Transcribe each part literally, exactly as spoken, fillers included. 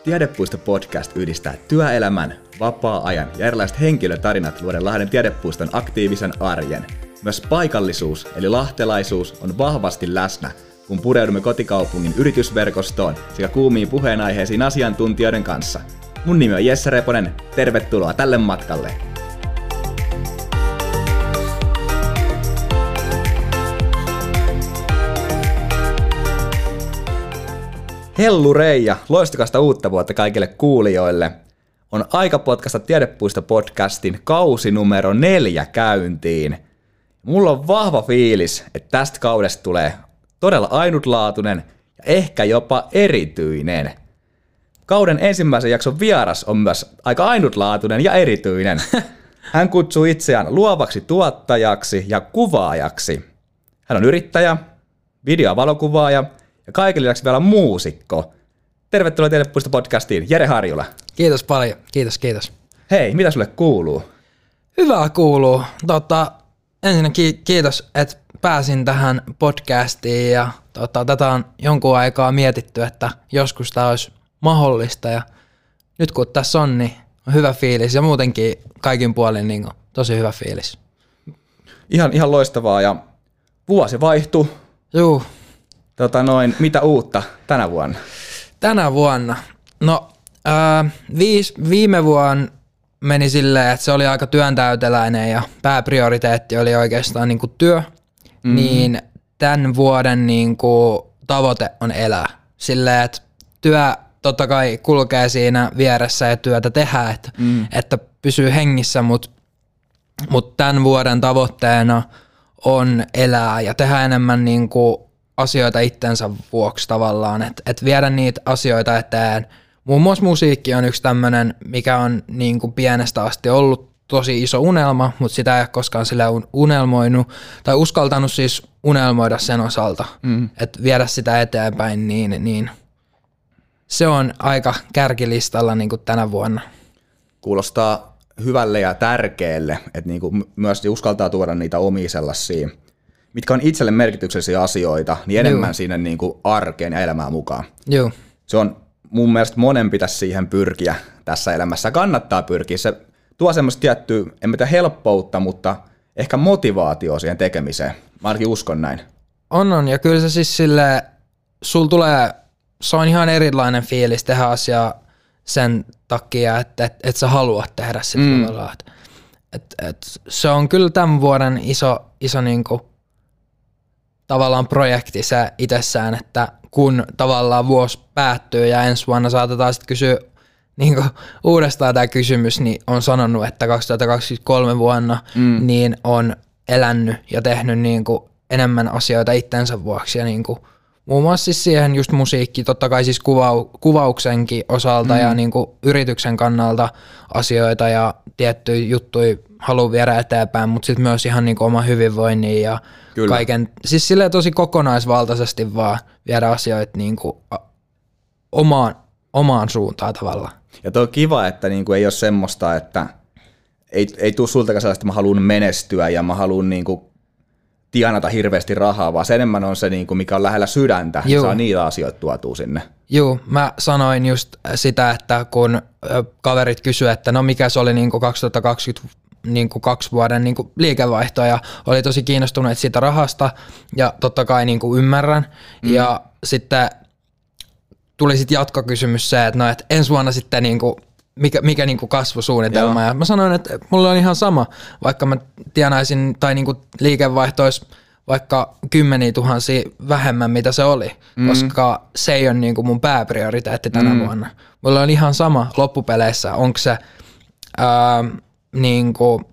Tiedepuisto-podcast yhdistää työelämän, vapaa-ajan ja erilaiset henkilötarinat luoden Lahden tiedepuiston aktiivisen arjen. Myös paikallisuus eli lahtelaisuus on vahvasti läsnä, kun pureudumme kotikaupungin yritysverkostoon sekä kuumiin puheenaiheisiin asiantuntijoiden kanssa. Mun nimi on Jesse Reponen, tervetuloa tälle matkalle! Hellurei ja loistukasta uutta vuotta kaikille kuulijoille. On aika potkasta Tiedepuisto-podcastin kausi numero neljä käyntiin. Mulla on vahva fiilis, että tästä kaudesta tulee todella ainutlaatuinen ja ehkä jopa erityinen. Kauden ensimmäisen jakson vieras on myös aika ainutlaatuinen ja erityinen. Hän kutsuu itseään luovaksi tuottajaksi ja kuvaajaksi. Hän on yrittäjä, video- ja valokuvaaja ja kaiken lisäksi vielä muusikko. Tervetuloa Tiedepuisto-podcastiin, Jere Harjula. Kiitos paljon, kiitos, kiitos. Hei, mitä sulle kuuluu? Hyvää kuuluu. Tota, ensinnäkin kiitos, että pääsin tähän podcastiin ja tota, tätä on jonkun aikaa mietitty, että joskus tämä olisi mahdollista ja nyt kun tässä on, niin on hyvä fiilis ja muutenkin kaikin puolin niin on tosi hyvä fiilis. Ihan, ihan loistavaa ja vuosi vaihtui. Juu. Tota noin, mitä uutta tänä vuonna? Tänä vuonna? No ää, viis, viime vuonna meni silleen, että se oli aika työntäyteläinen ja pääprioriteetti oli oikeastaan niin kuin työ, mm. niin tämän vuoden niin kuin tavoite on elää. Silleen, että työ totta kai kulkee siinä vieressä ja työtä tehdään, että, mm. että pysyy hengissä, mutta mut tämän vuoden tavoitteena on elää ja tehdä enemmän niin kuin asioita itsensä vuoksi tavallaan, että et viedä niitä asioita eteen. Muun muassa musiikki on yksi tämmöinen, mikä on niin kuin pienestä asti ollut tosi iso unelma, mutta sitä ei ole koskaan sillä unelmoinut, tai uskaltanut siis unelmoida sen osalta, mm. että viedä sitä eteenpäin, niin, niin se on aika kärkilistalla niin kuin tänä vuonna. Kuulostaa hyvälle ja tärkeälle, että niin kuin myös uskaltaa tuoda niitä omia sellaisia, mitkä on itselle merkityksellisiä asioita, niin enemmän Juu. siinä niin kuin arkeen ja elämään mukaan. Juu. Se on mun mielestä monen pitäisi siihen pyrkiä tässä elämässä. Kannattaa pyrkiä. Se tuo semmoista tiettyä, en tiedä helppoutta, mutta ehkä motivaatio siihen tekemiseen. Mä ainakin uskon näin. On, on. Ja kyllä se siis silleen, sul tulee, se on ihan erilainen fiilis tehdä asiaa sen takia, että et, et sä haluat tehdä sitä mm. tavallaan. Et, et, se on kyllä tämän vuoden iso, iso niinku tavallaan projekti se itsessään, että kun tavallaan vuosi päättyy ja ensi vuonna saatetaan sitten kysyä niin kuin uudestaan tämä kysymys, niin on sanonut, että kaksituhattakaksikymmentäkolme vuonna mm. niin on elänyt ja tehnyt niin kuin enemmän asioita itsensä vuoksi ja niin kuin muun muassa siis siihen just musiikki, totta kai siis kuvau, kuvauksenkin osalta mm. ja niin kuin yrityksen kannalta asioita ja tiettyjä juttuja haluan viedä eteenpäin, mutta sitten myös ihan niin kuin oma hyvinvoinnin ja Kyllä. kaiken, siis silleen tosi kokonaisvaltaisesti vaan viedä asioita niin kuin omaan, omaan suuntaan tavallaan. Ja toi on kiva, että niin kuin ei ole semmoista, että ei, ei tule sultakaan sellaista, että mä haluan menestyä ja mä haluan niin kuin tienata hirveästi rahaa, vaan se enemmän on se, niin kuin mikä on lähellä sydäntä, Juu. saa niitä asioita tuotua sinne. Joo, mä sanoin just sitä, että kun kaverit kysyivät, että no mikä se oli niin kuin kaksituhattakaksikymmentä niin kuin kaksi vuoden niin kuin liikevaihtoa ja oli tosi kiinnostuneet siitä rahasta ja totta kai niin kuin ymmärrän. Mm. Ja sitten tuli sitten jatkokysymys se, että no et ensi vuonna sitten niin kuin, mikä, mikä niin kuin kasvusuunnitelma. Joo. Ja mä sanoin, että mulla on ihan sama, vaikka mä tienaisin tai niin kuin liikevaihto olisi vaikka kymmeniä tuhansia vähemmän mitä se oli, mm. koska se ei ole niin kuin mun pääprioriteetti tänä mm. vuonna. Mulla on ihan sama loppupeleissä, onko se ää, niin kuin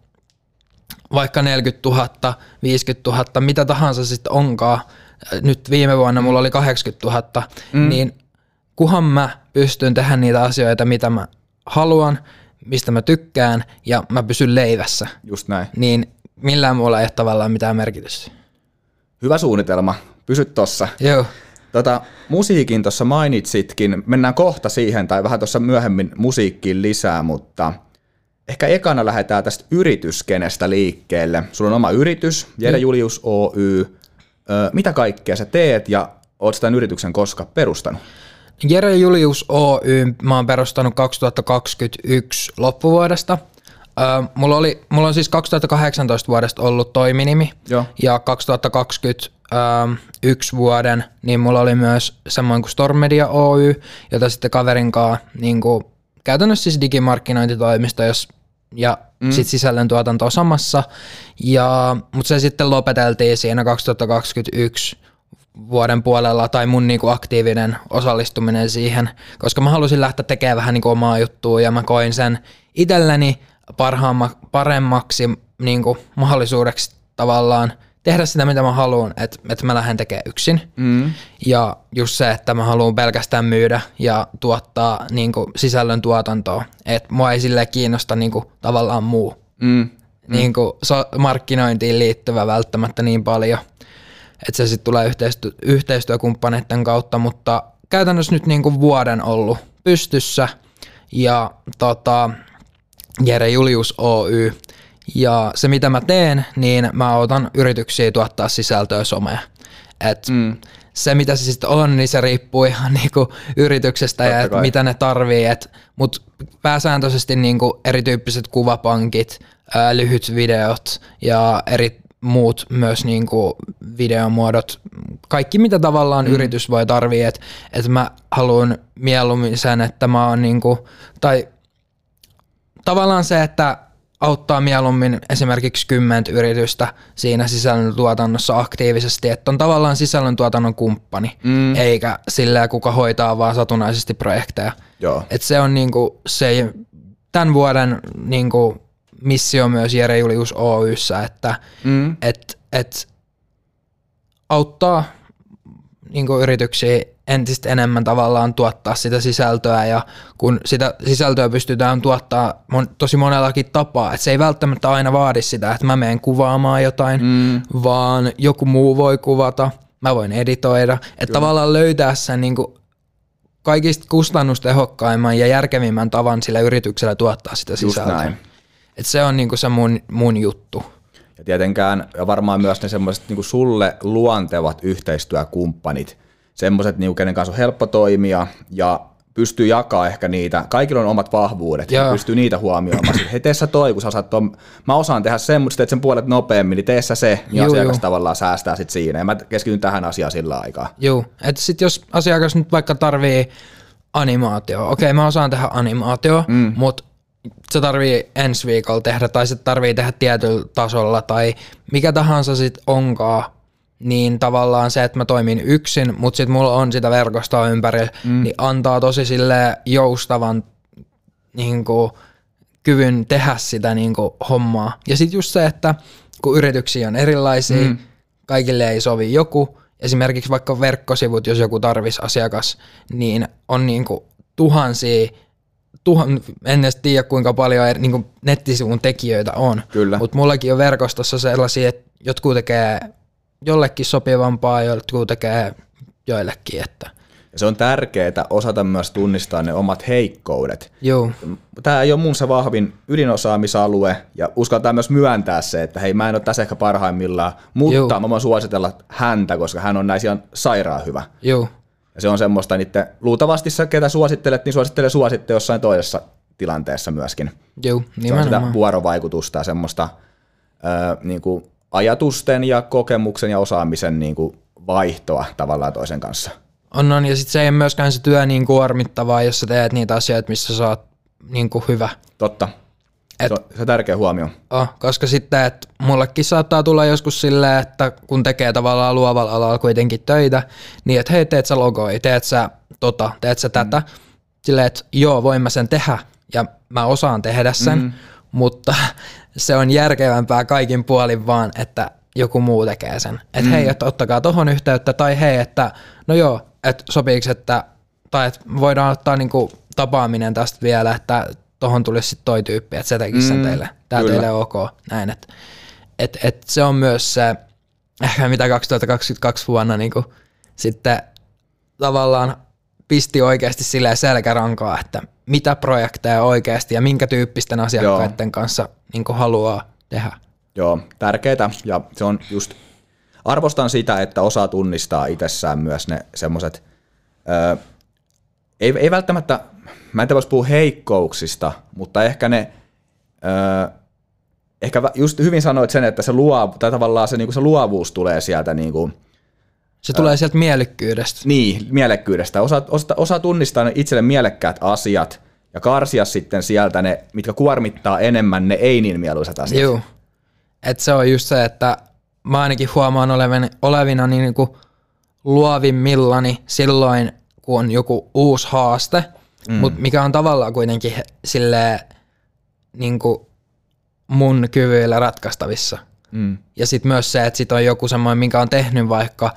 vaikka neljäkymmentätuhatta, viisikymmentätuhatta, mitä tahansa sitten onkaan. Nyt viime vuonna mulla oli kahdeksankymmentätuhatta, mm. niin kunhan mä pystyn tehdä niitä asioita, mitä mä haluan, mistä mä tykkään ja mä pysyn leivässä. Just näin. Niin millään muulla ei ole tavallaan mitään merkitystä. Hyvä suunnitelma. Pysy tossa. Joo. Tota, musiikin tuossa mainitsitkin. Mennään kohta siihen tai vähän tuossa myöhemmin musiikkiin lisää, mutta ehkä ekana lähdetään tästä yrityskenestä liikkeelle. Sulla on oma yritys, Jere Julius Oy. Ö, mitä kaikkea sä teet ja oot tämän yrityksen koska perustanut? Jere Julius Oy mä oon perustanut kaksituhattakaksikymmentäyksi loppuvuodesta. Öö, mulla, oli, mulla on siis kaksituhattakahdeksantoista vuodesta ollut toiminimi Joo. ja kaksituhattakaksikymmentäyksi vuoden, niin mulla oli myös semmoinen kuin Storm Media Oy, jota sitten kaverin kanssa niin kuin, käytännössä siis digimarkkinointitoimisto jos, ja mm. sitten sisällöntuotanto samassa, ja, mutta se sitten lopeteltiin siinä kaksituhattakaksikymmentäyksi vuoden puolella tai mun niinku aktiivinen osallistuminen siihen, koska mä halusin lähteä tekemään vähän niinku omaa juttua ja mä koin sen itselleni parhaamma, paremmaksi niinku mahdollisuudeksi tavallaan tehdä sitä, mitä mä haluan, että et mä lähden tekemään yksin. Mm. Ja just se, että mä haluan pelkästään myydä ja tuottaa niinku sisällön tuotantoa, että mua ei silleen kiinnosta niinku tavallaan muu. Mm. Mm. Niinku so, markkinointiin liittyvä välttämättä niin paljon. Että se sitten tulee yhteistyö, yhteistyökumppaneiden kautta, mutta käytännössä nyt niinku vuoden ollut pystyssä ja tota, Jere Julius Oy. Ja se mitä mä teen, niin mä autan yrityksiä tuottaa sisältöä somea. Et mm. se mitä se sitten on, niin se riippuu ihan niinku yrityksestä Totta ja et mitä ne tarvii. Mutta pääsääntöisesti niinku erityyppiset kuvapankit, ää, lyhyt videot ja eri muut myös niinku videomuodot, kaikki mitä tavallaan mm. yritys voi tarvii, että et mä haluan mieluummin sen, että mä oon niinku, tai tavallaan se, että auttaa mieluummin esimerkiksi kymmentä yritystä siinä sisällöntuotannossa aktiivisesti, että on tavallaan sisällöntuotannon kumppani, mm. eikä sillä kuka hoitaa vaan satunnaisesti projekteja. Joo. Et se on niinku se tämän vuoden niinku missio myös Jere Julius Oyssä, että mm. et, et auttaa niinku yrityksiä entistä enemmän tavallaan tuottaa sitä sisältöä, ja kun sitä sisältöä pystytään tuottaa mon, tosi monellakin tapaa, että se ei välttämättä aina vaadi sitä, että mä menen kuvaamaan jotain, mm. vaan joku muu voi kuvata, mä voin editoida, että tavallaan löytää sen niinku kaikista kustannustehokkaimman ja järkevimmän tavan sillä yrityksellä tuottaa sitä sisältöä. Että se on niinku se mun, mun juttu. Ja tietenkään, ja varmaan myös ne semmoiset niinku sulle luontevat yhteistyökumppanit, semmoiset, niinku, kenen kanssa on helppo toimia ja pystyy jakaa ehkä niitä, kaikilla on omat vahvuudet, ja pystyy niitä huomioimaan. Sitten, hei, tee sä toi, kun sä osaat ton, mä osaan tehdä sen, mutta teet sen puolet nopeammin, niin tee sä se, niin juu, asiakas juu. tavallaan säästää sit siinä. Ja mä keskityn tähän asiaan sillä aikaa. Joo, että sit jos asiakas nyt vaikka tarvii animaatioa, okei mä osaan tehdä animaatioa, mm. mutta se tarvii ensi viikolla tehdä, tai se tarvii tehdä tietyllä tasolla, tai mikä tahansa sit onkaan, niin tavallaan se, että mä toimin yksin, mutta sitten mulla on sitä verkostoa ympärillä, mm. niin antaa tosi silleen joustavan niin kuin, kyvyn tehdä sitä niin kuin, hommaa. Ja sitten just se, että kun yrityksiä on erilaisia, mm. kaikille ei sovi joku, esimerkiksi vaikka verkkosivut, jos joku tarvisi asiakas, niin on niin kuin, tuhansia, tuhan, en edes tiedä kuinka paljon eri, niin kuin, nettisivun tekijöitä on, mutta mullakin on verkostossa sellaisia, että jotkut tekee jollekin sopivampaa, jotkut tekee joillekin. Että. Ja se on tärkeää osata myös tunnistaa ne omat heikkoudet. Joo. Tämä ei ole mun se vahvin ydinosaamisalue, ja uskaltaa myös myöntää se, että hei, mä en ole tässä ehkä parhaimmillaan, mutta Joo. mä voin suositella häntä, koska hän on näissä ihan sairaan hyvä. Joo. Ja se on semmoista, niitä, luultavasti sä ketä suosittelet, niin suosittele suositte jossain toisessa tilanteessa myöskin. Joo, nimenomaan. Se on sitä vuorovaikutusta ja semmoista äh, niin kuin ajatusten ja kokemuksen ja osaamisen niin kuin vaihtoa tavallaan toisen kanssa. On, on, ja sitten se ei myöskään se työ niin kuormittavaa, jos sä teet niitä asioita, missä sä oot niin kuin hyvä. Totta. Et, se on se tärkeä huomio. Oh, koska sitten, että mullekin saattaa tulla joskus silleen, että kun tekee tavallaan luovalla alalla kuitenkin töitä, niin että hei, teet sä logoi, teet sä tota, teet sä tätä. Mm. Silleen, että joo, voin mä sen tehdä, ja mä osaan tehdä sen, mm. mutta se on järkevämpää kaikin puolin vaan, että joku muu tekee sen. Että mm. hei, että ottakaa tohon yhteyttä, tai hei, että no joo, että sopiiko, että, tai että voidaan ottaa niinku tapaaminen tästä vielä, että tohon tulisi sitten toi tyyppi, että se tekisi sen teille. Tää Kyllä. teille ok, näin. Että et, et se on myös se, ehkä mitä kaksituhattakaksikymmentäkaksi vuonna niinku sitten tavallaan pisti oikeasti silleen selkärankaa, että mitä projekteja oikeasti ja minkä tyyppisten asiakkaiden Joo. kanssa niin kuin haluaa tehdä. Joo, tärkeää, ja se on just, arvostan sitä, että osaa tunnistaa itsessään myös ne semmoiset ei, ei välttämättä, mä en voisi puhua heikkouksista, mutta ehkä ne, öö, ehkä just hyvin sanoit sen, että se, luo, tai tavallaan se, niin kuin se luovuus tulee sieltä niin kuin, se tulee sieltä mielekkyydestä. Niin, mielekkyydestä. Osaa, osaa, osaa tunnistaa ne itselle mielekkäät asiat ja karsia sitten sieltä ne, mitkä kuormittaa enemmän ne ei niin mieluisat asiat. Joo. Et se on just se, että mä ainakin huomaan olevina, olevina niin kuin luovimmillani silloin, kun on joku uusi haaste, mm. mutta mikä on tavallaan kuitenkin silleen niin kuin mun kyvyillä ratkaistavissa. Mm. Ja sitten myös se, että sit on joku semmoinen, minkä on tehnyt vaikka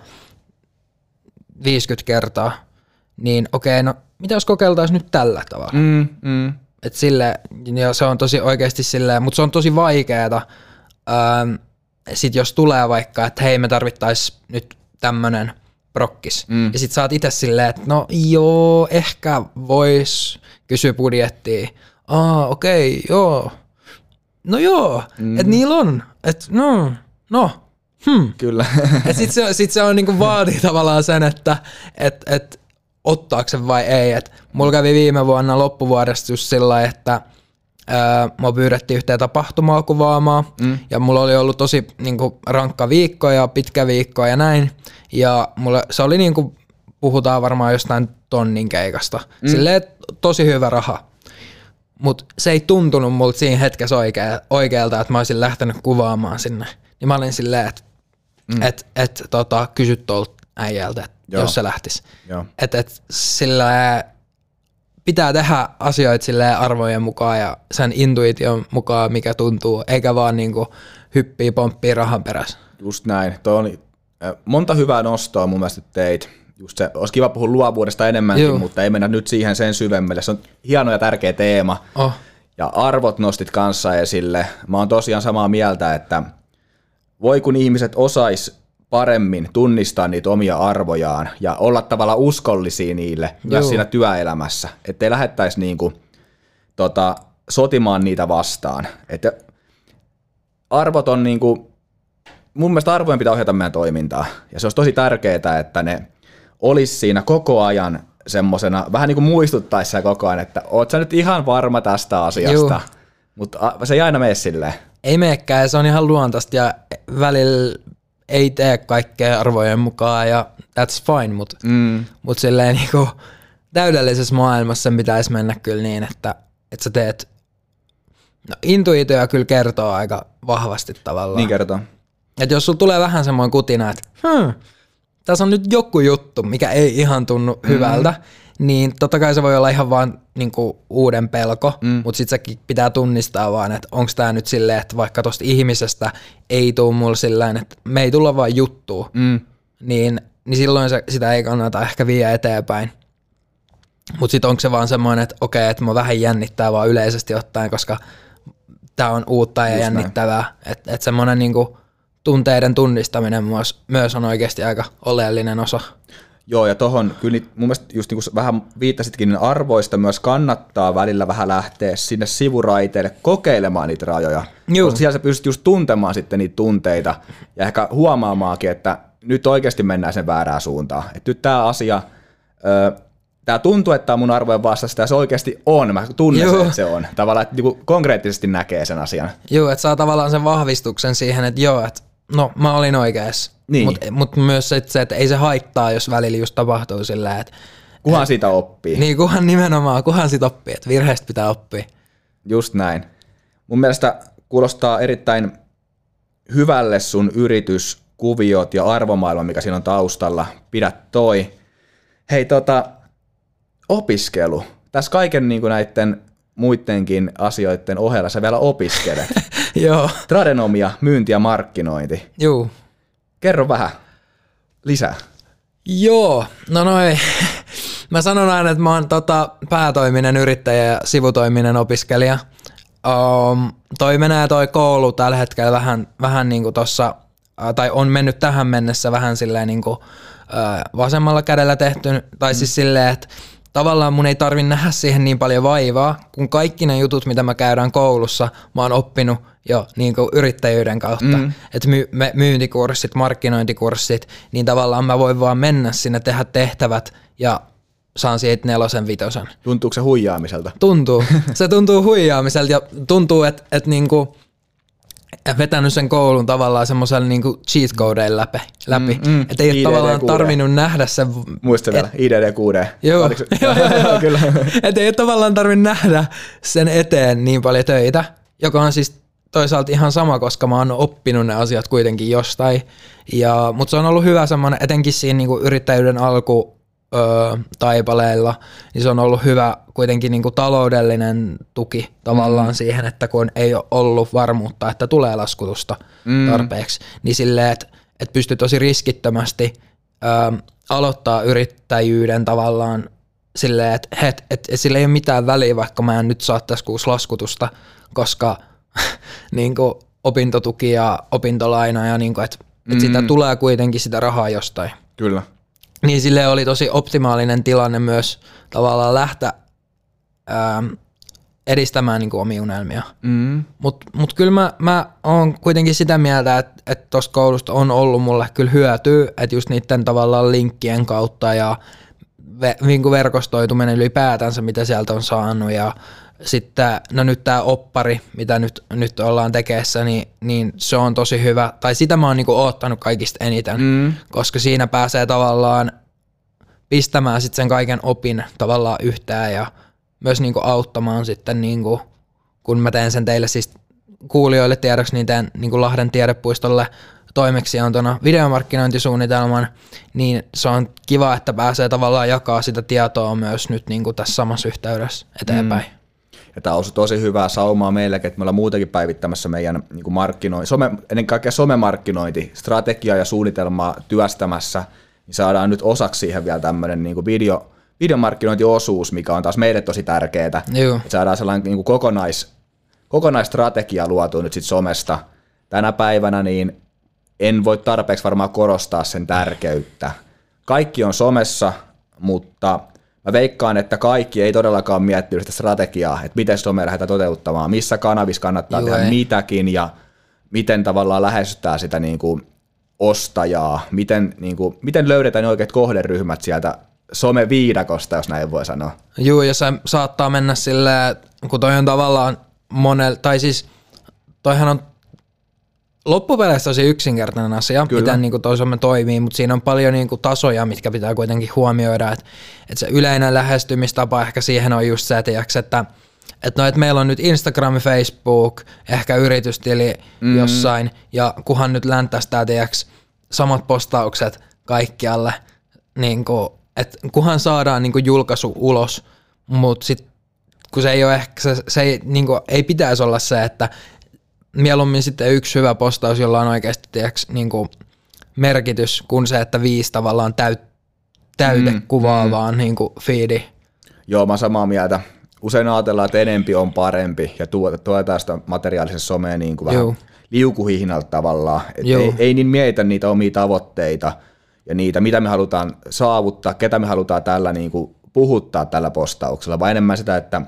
viisikymmentä kertaa, niin okei, no mitä jos kokeiltaisiin nyt tällä tavalla? Mm, mm. Et sille, ja se on tosi oikeasti silleen, mutta se on tosi vaikeeta. Ähm, sit jos tulee vaikka, että hei me tarvittaisiin nyt tämmönen prokkis. Mm. Ja sit sä oot itse silleen, että no joo, ehkä vois kysyä budjettia. Aa, okei, okay, joo. No joo, mm. että niillä on. Että no, no. Hmm. Kyllä. Et sit se, sit se on niinku vaatii tavallaan sen, että et, et ottaako se vai ei. Et mulla kävi viime vuonna loppuvuodesta just sillä, että ää, mua pyydettiin yhteen tapahtumaa kuvaamaan mm. ja mulla oli ollut tosi niinku rankka viikko ja pitkä viikko ja näin. Ja mulla, se oli niinku, puhutaan varmaan jostain tonnin keikasta. Mm. Silleen tosi hyvä raha. Mut se ei tuntunut multa siinä hetkessä oikea, oikealta, että mä olisin lähtenyt kuvaamaan sinne. Niin mä olin silleen, että mm. et, et, tota, kysyt tuolta äijältä, jos se lähtisi. Että et, sillä pitää tehdä asioita silleen arvojen mukaan ja sen intuition mukaan, mikä tuntuu, eikä vaan niinku hyppii, pomppii rahan perässä. Just näin. Toi on monta hyvää nostoa mun mielestä teit. Just se, olisi kiva puhua luovuudesta enemmänkin, Juh. mutta ei mennä nyt siihen sen syvemmälle. Se on hieno ja tärkeä teema. Oh. Ja arvot nostit kanssa esille. Mä oon tosiaan samaa mieltä, että voi kun ihmiset osais paremmin tunnistaa niitä omia arvojaan ja olla tavallaan uskollisia niille Juh. myös siinä työelämässä. Ettei lähettäisi niinku, tota, sotimaan niitä vastaan. Että arvot on niinku, mun mielestä arvojen pitää ohjata meidän toimintaa. Ja se olisi tosi tärkeää, että ne olisi siinä koko ajan semmosena, vähän niin kuin muistuttaisi se koko ajan, että oot sä nyt ihan varma tästä asiasta, Juh. mutta se ei aina mene silleen. Ei meekään, se on ihan luontaista ja välillä ei tee kaikkea arvojen mukaan ja that's fine, mutta mm. mut silleen niin kuin täydellisessä maailmassa sen pitäisi mennä kyllä niin, että, että sä teet, no intuitio kyllä kertoo aika vahvasti tavallaan. Niin kertoo. Että jos sulla tulee vähän semmoinen kutina, että hmm, tässä on nyt joku juttu, mikä ei ihan tunnu mm. hyvältä, niin totta kai se voi olla ihan vaan niinku uuden pelko, mm. mutta sitten sekin pitää tunnistaa vaan, että onko tämä nyt silleen, että vaikka tosta ihmisestä ei tule mulle silleen, että me ei tulla vaan juttuun, mm. niin, niin silloin se, sitä ei kannata ehkä viedä eteenpäin. Mutta sitten onko se vaan semmoinen, että okei, että mä vähän jännittää vaan yleisesti ottaen, koska tämä on uutta ja Just jännittävää, että et semmoinen niinku tunteiden tunnistaminen myös, myös on oikeasti aika oleellinen osa. Joo, ja tohon kyllä mun mielestä just niin kuin vähän viittasitkin, niin arvoista myös kannattaa välillä vähän lähteä sinne sivuraiteille kokeilemaan niitä rajoja. Juu. Koska siellä sä pystyt just tuntemaan sitten niitä tunteita ja ehkä huomaamaankin, että nyt oikeasti mennään sen väärään suuntaan. Että nyt tämä asia, tämä tuntuu, että tämä on mun arvojen vastasta ja se oikeasti on. Mä tunnen sen, että se on. Tavallaan, että niin konkreettisesti näkee sen asian. Joo, että saa tavallaan sen vahvistuksen siihen, että joo, että no mä olin oikeassa. Niin. Mutta mut myös se, että ei se haittaa, jos välillä just tapahtuu sillä, että kuhan et, siitä oppii. Niin, kuhan nimenomaan, kuhan siitä oppii, että virheistä pitää oppia. Just näin. Mun mielestä kuulostaa erittäin hyvälle sun yritys, kuviot ja arvomaailma, mikä siinä on taustalla. Pidä toi. Hei tota, opiskelu. Tässä kaiken niin kuin näiden muidenkin asioiden ohella sä vielä opiskelet. Joo. Tradenomia, myynti ja markkinointi. Joo. Kerro vähän lisää. Joo, no noin. Mä sanon aina, että mä oon tota päätoiminen yrittäjä ja sivutoiminen opiskelija. Um, toi menee toi koulu tällä hetkellä vähän, vähän niinku tossa, tai on mennyt tähän mennessä vähän silleen niinku uh, vasemmalla kädellä tehty, tai mm. siis silleen, että tavallaan mun ei tarvi nähdä siihen niin paljon vaivaa, kun kaikki ne jutut, mitä mä käydään koulussa, mä oon oppinut jo niin kuin yrittäjyyden kautta. Mm. Että my, me, myyntikurssit, markkinointikurssit, niin tavallaan mä voin vaan mennä sinne, tehdä tehtävät ja saan siitä nelosen vitosen. Tuntuuko se huijaamiselta? Tuntuu. Se tuntuu huijaamiselta ja tuntuu, että et niinku vetänyt sen koulun tavallaan semmoisella niinku cheat codeilla läpi. läpi. Mm, mm. Että ei ole tavallaan tarvinnut nähdä sen. Muista vielä, I D D kuusi D. Joo, joo, joo. Kyllä. Että ei ole tavallaan tarvinnut nähdä sen eteen niin paljon töitä, joka on siis toisaalta ihan sama, koska mä oon oppinut ne asiat kuitenkin jostain. Ja, mutta se on ollut hyvä semmoinen, etenkin siinä niinku yrittäjyyden alku Öö, taipaleilla, niin se on ollut hyvä kuitenkin niin kuin taloudellinen tuki tavallaan mm. siihen, että kun ei ole ollut varmuutta, että tulee laskutusta mm. tarpeeksi, niin silleen, että et pystyy tosi riskittömästi öö, aloittaa yrittäjyyden tavallaan silleen, että et, et, et sillä ei ole mitään väliä, vaikka mä en nyt saa tässä kuusi laskutusta, koska niin kuin opintotuki ja opintolaina ja niin kuin, että mm. et sitä tulee kuitenkin sitä rahaa jostain. Kyllä. Niin sille oli tosi optimaalinen tilanne myös tavallaan lähteä ää, edistämään niin kuin omia unelmia. Mm. Mutta mut kyllä mä, mä oon kuitenkin sitä mieltä, että et tuosta koulusta on ollut mulle kyllä hyötyä, että just niiden tavallaan linkkien kautta ja ve, niin kuin verkostoituminen ylipäätänsä, mitä sieltä on saanut ja sitten, no nyt tää oppari, mitä nyt, nyt ollaan tekeessä, niin, niin se on tosi hyvä. Tai sitä mä oon niinku oottanut kaikista eniten, mm. koska siinä pääsee tavallaan pistämään sit sen kaiken opin tavallaan yhteen ja myös niinku auttamaan sitten, niinku, kun mä teen sen teille siis kuulijoille tiedoksi, niin teen niinku Lahden tiedepuistolle toimeksiantona videomarkkinointisuunnitelman, niin se on kiva, että pääsee tavallaan jakaa sitä tietoa myös nyt niinku tässä samassa yhteydessä eteenpäin. Mm. Ja tämä on tosi hyvää saumaa meillekin, että me ollaan muutenkin päivittämässä meidän niin kuin markkinointi, some, ennen kaikkea somemarkkinointi, strategiaa ja suunnitelmaa työstämässä, niin saadaan nyt osaksi siihen vielä tämmöinen niin kuin video, videomarkkinointiosuus, mikä on taas meille tosi tärkeää. Että saadaan sellainen niin kuin kokonais, kokonaistrategia luotu nyt sit somesta. Tänä päivänä niin en voi tarpeeksi varmaan korostaa sen tärkeyttä. Kaikki on somessa, mutta mä veikkaan, että kaikki ei todellakaan miettinyt sitä strategiaa, että miten somea lähdetään toteuttamaan, missä kanavissa kannattaa Juu, tehdä ei. mitäkin ja miten tavallaan lähestytään sitä niin kuin ostajaa, miten, niin kuin, miten löydetään ne oikeat kohderyhmät sieltä someviidakosta, jos näin voi sanoa. Joo, ja se saattaa mennä silleen, kun toi on tavallaan monella, tai siis toihan on loppupeleissä tosi yksinkertainen asia, Kyllä. miten niin toi some toimii, mutta siinä on paljon niin kuin tasoja, mitkä pitää kuitenkin huomioida, että, että se yleinen lähestymistapa ehkä siihen on just se, että, että, että, no, että meillä on nyt Instagram, Facebook, ehkä yritystili mm. jossain, ja kunhan nyt läntäisi tämä tiiäks, samat postaukset kaikkialle, niin kuin, että kunhan saadaan niin kuin julkaisu ulos, mutta sitten kun se ei ole ehkä, se, se ei, niin kuin, ei pitäisi olla se, että mieluummin sitten yksi hyvä postaus, jolla on oikeasti tiiäks, niin kuin merkitys, kuin se, että viisi tavallaan täyt, täytekuvaa mm, vaan mm. niin kuin feedi. Joo, mä oon samaa mieltä. Usein ajatellaan, että enempi on parempi ja tuetaan sitä materiaalisen somea niin kuin vähän liukuhihnalta tavallaan. Ei, ei niin mietitä niitä omia tavoitteita ja niitä, mitä me halutaan saavuttaa, ketä me halutaan tällä niin kuin puhuttaa tällä postauksella, vaan enemmän sitä, että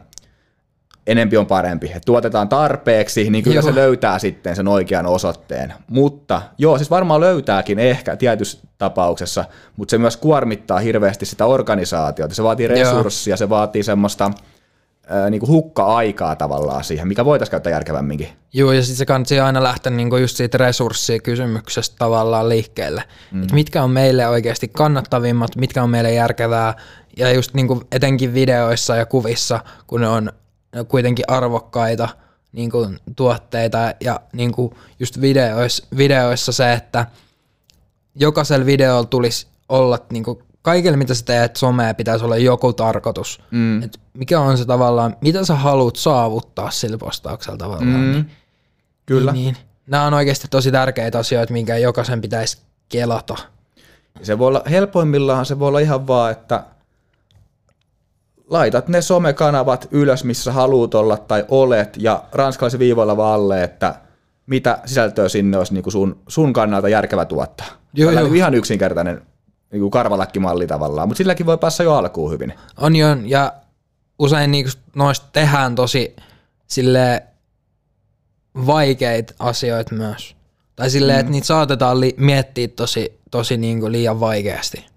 enempi on parempi. Et tuotetaan tarpeeksi, niin kyllä joo. se löytää sitten sen oikean osoitteen. Mutta joo, siis varmaan löytääkin ehkä tietyssä tapauksessa, mutta se myös kuormittaa hirveästi sitä organisaatiota. Se vaatii resurssia, joo. se vaatii semmoista ää, niinku hukka-aikaa tavallaan siihen, mikä voitaisiin käyttää järkevämminkin. Joo, ja sitten se kannattaa aina lähteä niinku just siitä resurssikysymyksestä tavallaan liikkeelle. Mm. Et mitkä on meille oikeasti kannattavimmat, mitkä on meille järkevää, ja just niinku etenkin videoissa ja kuvissa, kun ne on kuitenkin arvokkaita niin kuin tuotteita ja niin kuin just videoissa, videoissa se, että jokaisella videolla tulisi olla, niin kuin kaikille mitä sä teet somea pitäisi olla joku tarkoitus. Mm. Et mikä on se tavallaan, mitä sä haluat saavuttaa sillä postauksella tavallaan. Mm. Niin, Kyllä. Niin, niin. Nämä on oikeasti tosi tärkeitä asioita, minkä jokaisen pitäisi kelata. Se voi olla, helpoimmillaan se voi olla ihan vaan, että laitat ne somekanavat ylös, missä haluat olla tai olet, ja ranskalaisen viivoilla vaan alle, että mitä sisältöä sinne olisi niin kuin sun, sun kannalta järkevä tuottaa. Joo, joo. Niin ihan yksinkertainen niin kuin karvalakkimalli tavallaan, mutta silläkin voi päässä jo alkuun hyvin. On jo, ja usein niin noista tehdään tosi silleen vaikeita asioita myös. Tai silleen, mm. että niitä saatetaan li- miettiä tosi, tosi niin kuin liian vaikeasti.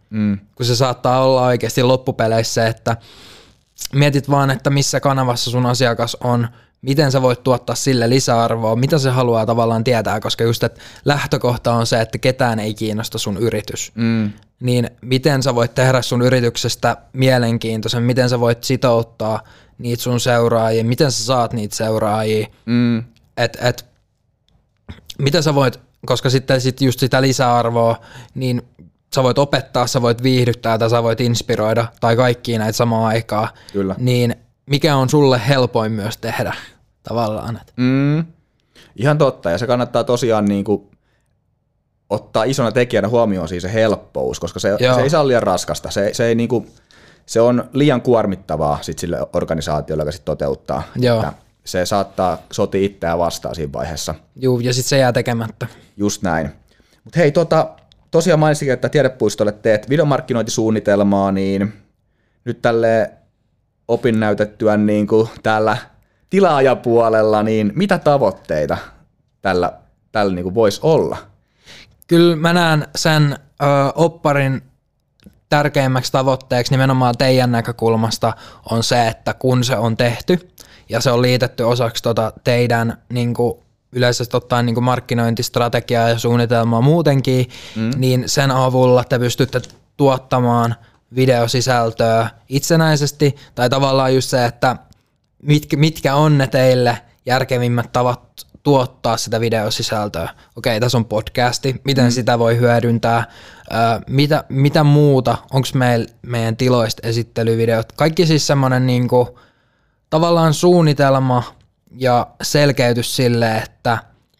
Mm. Kun se saattaa olla oikeasti loppupeleissä, että mietit vaan, että missä kanavassa sun asiakas on, miten sä voit tuottaa sille lisäarvoa, mitä se haluaa tavallaan tietää, koska just että lähtökohta on se, että ketään ei kiinnosta sun yritys. Mm. Niin miten sä voit tehdä sun yrityksestä mielenkiintoisen, miten sä voit sitouttaa niitä sun seuraajia, miten sä saat niitä seuraajia, mm. et, et, miten sä voit, koska sitten sit just sitä lisäarvoa, niin sä voit opettaa, sä voit viihdyttää tai sä voit inspiroida tai kaikkia näitä samaan aikaan. Kyllä. Niin mikä on sulle helpoin myös tehdä tavallaan? Mm. Ihan totta, ja se kannattaa tosiaan niinku ottaa isona tekijänä huomioon siis se helppous, koska se, se ei saa liian raskasta. Se, se, ei niinku, se on liian kuormittavaa sit sille organisaatiolle, joka sit toteuttaa. Että se saattaa sotia itseään vastaan siinä vaiheessa. Juu, ja sitten se jää tekemättä. Just näin. Mutta hei, tota, tosiaan mainitsin, että Tiedepuistolle teet videomarkkinointisuunnitelmaa, niin nyt tälle opinnäytettyä niin kuin täällä tilaajapuolella, niin mitä tavoitteita tällä, tällä niin kuin voisi olla? Kyllä mä näen sen ö, opparin tärkeimmäksi tavoitteeksi nimenomaan teidän näkökulmasta on se, että kun se on tehty ja se on liitetty osaksi tota teidän niin kuin yleisesti ottaen niin kuin markkinointistrategiaa ja suunnitelmaa muutenkin, mm. niin sen avulla te pystytte tuottamaan videosisältöä itsenäisesti, tai tavallaan just se, että mitkä, mitkä on ne teille järkevimmät tavat tuottaa sitä videosisältöä. Okei, tässä on podcasti, miten mm. sitä voi hyödyntää, öö, mitä, mitä muuta, onko meil, meidän tiloista esittelyvideot, kaikki siis semmoinen niinku, tavallaan suunnitelma ja selkeytys sille, että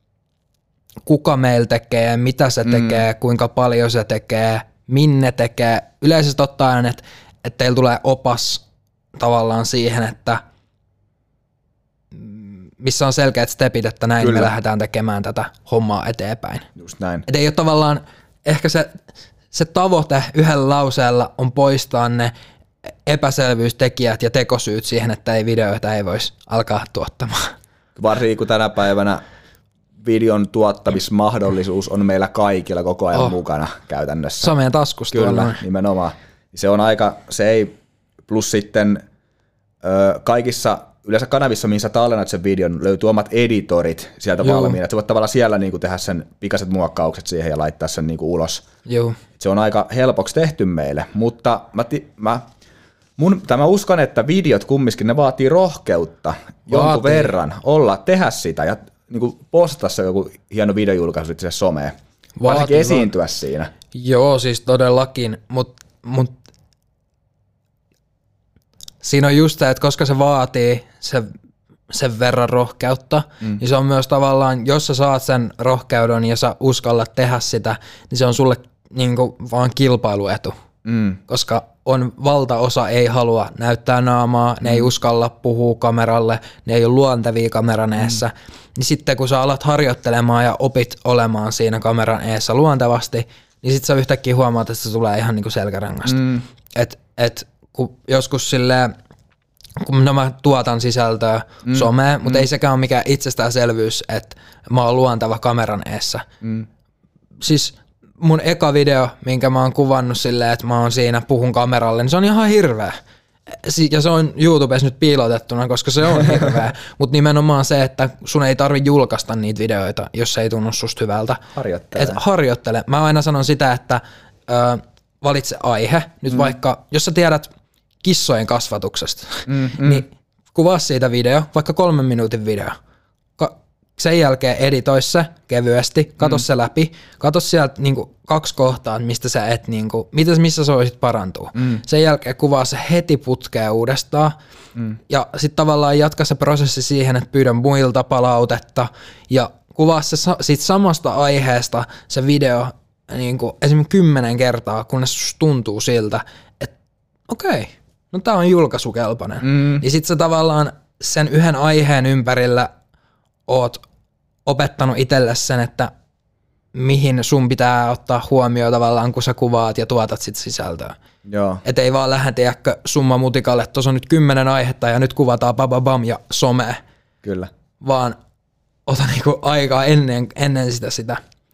kuka meillä tekee, mitä se mm. tekee, kuinka paljon se tekee, minne tekee. Yleisesti ottaen, että, että teillä tulee opas tavallaan siihen, että missä on selkeät stepit, että näin Kyllä. me lähdetään tekemään tätä hommaa eteenpäin. Just näin. Että ei ole tavallaan, ehkä se, se tavoite yhdellä lauseella on poistaa ne epäselvyystekijät ja tekosyyt siihen, että ei videoita ei voisi alkaa tuottamaan. Varsinkin kun tänä päivänä videon tuottamismahdollisuus on meillä kaikilla koko ajan oh. mukana käytännössä. Se on meidän taskusta. Kyllä, tuolla. Nimenomaan. Se on aika, se ei, plus sitten ö, kaikissa yleensä kanavissa, mihin sä tallennat sen videon, löytyy omat editorit sieltä Joo. valmiina. Että sä voit tavallaan siellä niinku tehdä sen pikaiset muokkaukset siihen ja laittaa sen niinku ulos. Joo. Se on aika helpoksi tehty meille, mutta mä, ti, mä, mun, mä uskon, että videot kumminkin ne vaatii rohkeutta vaatii. jonkun verran olla, tehdä sitä ja niinku postata se joku hieno videojulkaisu itse someen. Varsinkin esiintyä va- siinä. Joo, siis todellakin, mutta mut, siinä on just se, että koska se vaatii se, sen verran rohkeutta, mm. niin se on myös tavallaan, jos sä saat sen rohkeuden ja sä uskallat tehdä sitä, niin se on sulle niinku vaan kilpailuetu. Mm. Koska on valtaosa ei halua näyttää naamaa, mm. ne ei uskalla puhua kameralle, ne ei ole luontevia kameran eessä. Mm. Niin sitten kun sä alat harjoittelemaan ja opit olemaan siinä kameran eessä luontevasti, niin sit sä yhtäkkiä huomaat, että se tulee ihan niinku selkärangasta. Mm. Et, et, kun joskus silleen, kun no mä tuotan sisältöä mm. someen, mutta mm. ei sekään ole mikään itsestäänselvyys, että mä oon luonteva kameran eessä. Mm. Siis mun eka video, minkä mä oon kuvannut silleen, että mä oon siinä, puhun kameralle, niin se on ihan hirveä. Ja se on YouTubessa nyt piilotettuna, koska se on hirveä. Mutta nimenomaan se, että sun ei tarvi julkaista niitä videoita, jos se ei tunnu susta hyvältä. Harjoittele. Et harjoittele. Mä aina sanon sitä, että ö, valitse aihe. Nyt mm. vaikka, jos sä tiedät kissojen kasvatuksesta, mm, mm. niin kuvaa siitä video, vaikka kolmen minuutin video. Ka- sen jälkeen editoi se kevyesti, kato mm. se läpi, kato sieltä niinku kaksi kohtaa, mistä sä et, niinku, missä sä voisit parantua. Mm. Sen jälkeen kuvaa se heti putkeen uudestaan mm. ja sitten tavallaan jatka se prosessi siihen, että pyydän muilta palautetta ja kuvaa se sa- siitä samasta aiheesta se video niinku esimerkiksi kymmenen kertaa, kunnes tuntuu siltä, että okei, okay, no tää on julkaisukelpoinen. Mm. Niin sit sä tavallaan sen yhden aiheen ympärillä oot opettanut itselle sen, että mihin sun pitää ottaa huomioon tavallaan, kun sä kuvaat ja tuotat sit sisältöä. Joo. Et ei vaan lähde tiedäkö summa mutikalle, että tuossa on nyt kymmenen aihetta ja nyt kuvataan bababam ja some. Kyllä. Vaan ota niinku aikaa ennen, ennen sitä sitä.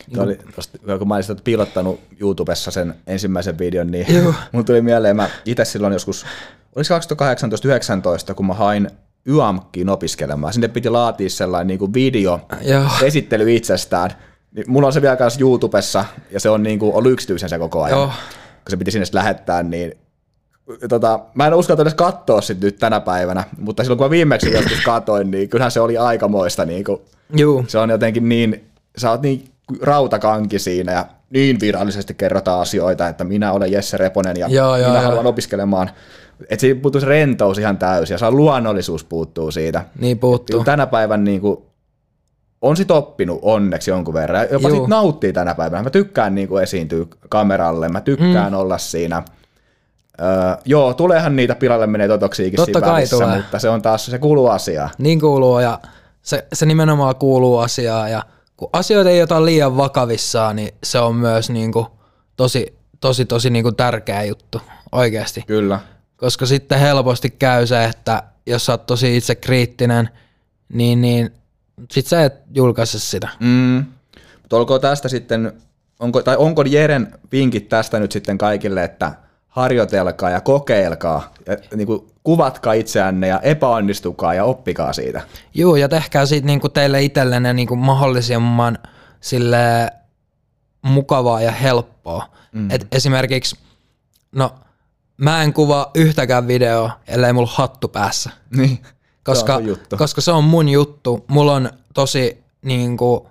Niin oli, tosta, kun mä olin sitä piilottanut YouTubessa sen ensimmäisen videon, niin mun tuli mieleen, mä itse silloin joskus, oliko kaksituhattakahdeksantoista yhdeksäntoista, kun mä hain Y A M K:iin opiskelemaan. Sinne piti laatia sellainen niin kuin video, Joo. esittely itsestään. Niin mulla on se vielä kanssa YouTubessa, ja se on niin kuin ollut yksityisen se koko ajan. Joo. Kun se piti sinne lähettää, niin tota, mä en uskalta edes katsoa sit nyt tänä päivänä, mutta silloin kun mä viimeksi joskus katoin, niin kyllähän se oli aikamoista. Niin kuin, se on jotenkin niin, sä oot niin rautakanki siinä, ja niin virallisesti kerrotaan asioita, että minä olen Jesse Reponen, ja joo, minä joo, haluan joo. opiskelemaan. Että siitä puuttuu se rentous ihan täysin, ja se luonnollisuus puuttuu siitä. Niin puuttuu. Tänä päivänä niin kuin, on sit oppinut onneksi jonkun verran, jopa Juu. sit nauttii tänä päivänä. Mä tykkään niin kuin esiintyä kameralle, mä tykkään mm. olla siinä. Öö, joo, tuleehan niitä pilalle menee totoksiikin siinä välissä, tulee. Mutta se on taas, se kuuluu asiaan. Niin kuuluu, ja se, se nimenomaan kuuluu asiaan, ja kun asioita ei ota liian vakavissaan, niin se on myös niin kuin tosi, tosi, tosi niin kuin tärkeä juttu, oikeasti. Kyllä. Koska sitten helposti käy se, että jos sä oot tosi itse kriittinen, niin, niin sit sä et julkaise sitä. Mm. Mutta olkoon tästä sitten, onko, tai onko Jeren vinkit tästä nyt sitten kaikille, että harjoitelkaa ja kokeilkaa, ja niin kuin kuvatkaa itseänne ja epäonnistukaa ja oppikaa siitä. Joo, ja tehkää siitä niin kuin teille itsellenne niin kuin mahdollisimman sille mukavaa ja helppoa. Mm. Et esimerkiksi, no mä en kuvaa yhtäkään videoa, ellei mulla hattu päässä. Niin, koska, se on koska se on mun juttu. Mulla on tosi niin kuin,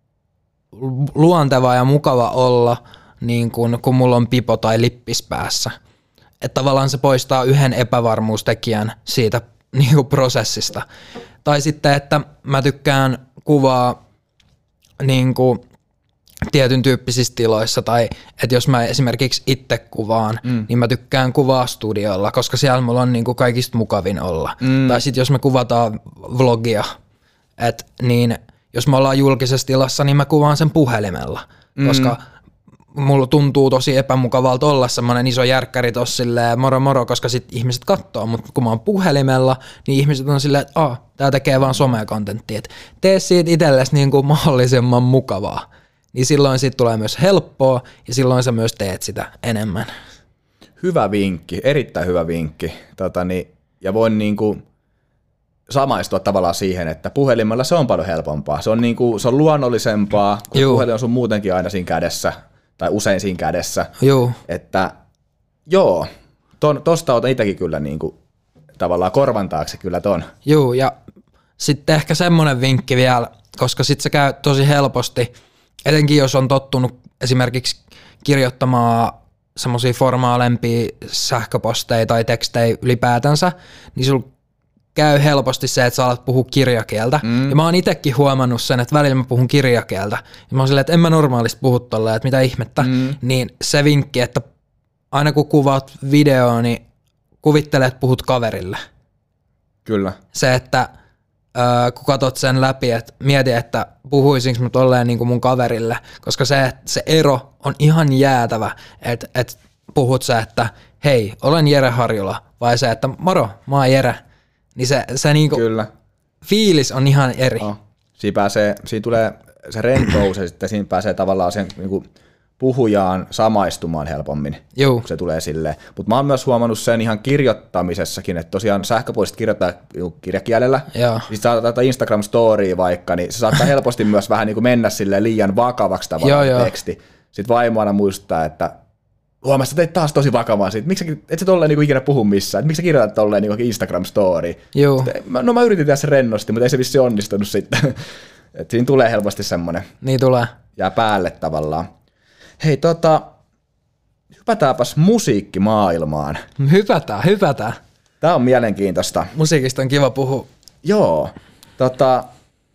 luonteva ja mukava olla, niin kuin, kun mulla on pipo tai lippis päässä. Että tavallaan se poistaa yhden epävarmuustekijän siitä niin kuin prosessista. Tai sitten, että mä tykkään kuvaa niin kuin, tietyn tyyppisissä tiloissa, tai että jos mä esimerkiksi itse kuvaan, mm. niin mä tykkään kuvaa studiolla, koska siellä mulla on niin kuin kaikista mukavin olla. Mm. Tai sitten jos me kuvataan vlogia, et, niin jos me ollaan julkisessa tilassa, niin mä kuvaan sen puhelimella, mm. koska mulla tuntuu tosi epämukavalta olla semmoinen iso järkkäri tossa silleen moro moro, koska sit ihmiset katsoo, mutta kun mä oon puhelimella, niin ihmiset on silleen, että aah, tää tekee vaan some-kontenttia, että tee siitä itsellesi niin kuin mahdollisimman mukavaa. Niin silloin siitä tulee myös helppoa, ja silloin sä myös teet sitä enemmän. Hyvä vinkki, erittäin hyvä vinkki. Totani, ja voin niinku samaistua tavallaan siihen, että puhelimella se on paljon helpompaa. Se on, niinku, se on luonnollisempaa, kun Juu. puhelin on sun muutenkin aina siinä kädessä, tai usein siinä kädessä. Juu. Että joo, ton, tosta otan itsekin kyllä niinku, tavallaan korvan taakse kyllä ton. Joo, ja sitten ehkä semmoinen vinkki vielä, koska sit se käy tosi helposti, etenkin jos on tottunut esimerkiksi kirjoittamaan semmoisia formaalempia sähköposteja tai tekstejä ylipäätänsä, niin sulla käy helposti se, että sä alat puhua kirjakieltä. Mm. Ja mä oon itekin huomannut sen, että välillä mä puhun kirjakieltä. Ja mä oon silleen, että en mä normaalisti puhu tolleen, että mitä ihmettä. Mm. Niin se vinkki, että aina kun kuvaat videoa, niin kuvittele, että puhut kaverille. Kyllä. Se, että Öö, kun katot sen läpi, että mieti, että puhuisinko mä tolleen niin kuin mun kaverille, koska se, se ero on ihan jäätävä, että et puhut sä, että hei, olen Jere Harjula, vai se, että moro, mä oon Jere, niin se, se niinku Kyllä. fiilis on ihan eri. Oh. Siinä, pääsee, siinä tulee se rentous ja sitten siinä pääsee tavallaan sen niin kuin puhujaan samaistumaan helpommin, Juu. kun se tulee silleen. Mutta mä oon myös huomannut sen ihan kirjoittamisessakin, että tosiaan sähköpostit kirjoittaa kirjakielellä. Sitten saattaa Instagram-storya vaikka, niin se saattaa helposti myös vähän niin kuin mennä silleen liian vakavaksi tavallaan teksti. Sitten vaimo aina muistaa, että huomaa, sä teit taas tosi vakavaa siitä. Miksi et sä tolleen niin kuin ikinä puhu missään? Miksi sä kirjoitat tolleen niin kuin Instagram-story? Sitten, no mä yritin tehdä se rennosti, mutta ei se vissi onnistunut sitten. Et siinä tulee helposti semmoinen. Niin tulee. Jää päälle tavallaan. Hei, tota, hypätäänpäs musiikkimaailmaan. Hypätään, hypätään. Tää on mielenkiintoista. Musiikista on kiva puhua. Joo, tota,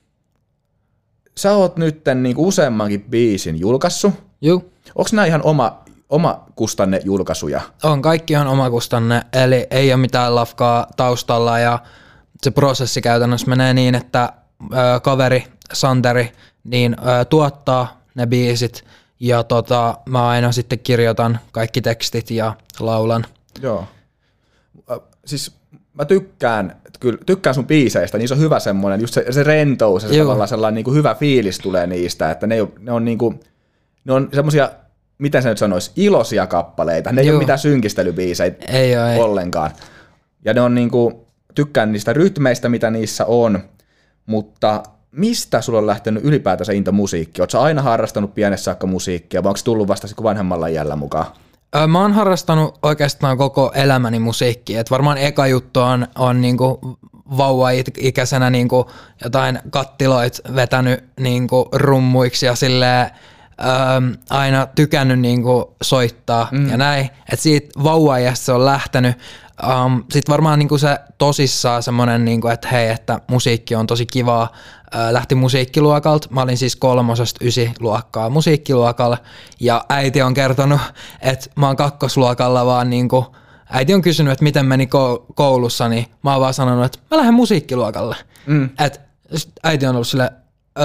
sä oot nyt niinku useammankin biisin julkaissut. Joo. Onks nää ihan oma, oma kustanne julkaisuja? On, kaikki on oma kustanne, eli ei ole mitään lafkaa taustalla, ja se prosessi käytännössä menee niin, että ö, kaveri, Santeri, niin ö, tuottaa ne biisit, ja tota, mä aina sitten kirjoitan kaikki tekstit ja laulan. Joo. Siis mä tykkään kyllä tykkään sun biiseistä, niissä on hyvä semmoinen, just se, se rentous ja se tavallaan sellainen niin kuin hyvä fiilis tulee niistä, että ne, ne on niin kuin, ne on semmoisia, miten se nyt sanoisi, iloisia kappaleita, ne Joo. ei ole mitään synkistelybiisejä ei ole, ollenkaan. Ja ne on niin kuin, tykkään niistä rytmeistä, mitä niissä on, mutta mistä sulla on lähtenyt ylipäätänsä into musiikki? Oletko sä aina harrastanut pienessä saakka musiikkia, vai onko se tullut vasta vanhemmalla iällä mukaan? Mä oon harrastanut oikeastaan koko elämäni musiikkia. Et varmaan eka juttu on, on niinku vauva-ikäisenä niinku jotain kattiloit vetänyt niinku rummuiksi ja silleen, ähm, aina tykännyt niinku soittaa mm. ja näin. Et siitä vauva-iästä se on lähtenyt. Um, Sitten varmaan niinku se tosissaan semmoinen, niinku, että hei, että musiikki on tosi kivaa. Äh, lähti musiikkiluokalta. Mä olin siis kolmosesta ysi luokkaa musiikkiluokalla. Ja äiti on kertonut, että mä oon kakkosluokalla vaan niinku, äiti on kysynyt, että miten meni koulussa, niin mä oon vaan sanonut, että mä lähden musiikkiluokalle. Mm. Et äiti on ollut silleen,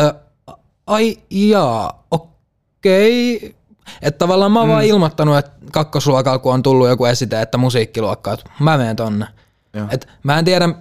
ai jaa, okei. Okay. Että tavallaan mä oon mm. vaan ilmoittanut, että kakkosluokalla, kun on tullut joku esite, että musiikkiluokka, että mä menen tonne. Et mä en tiedä,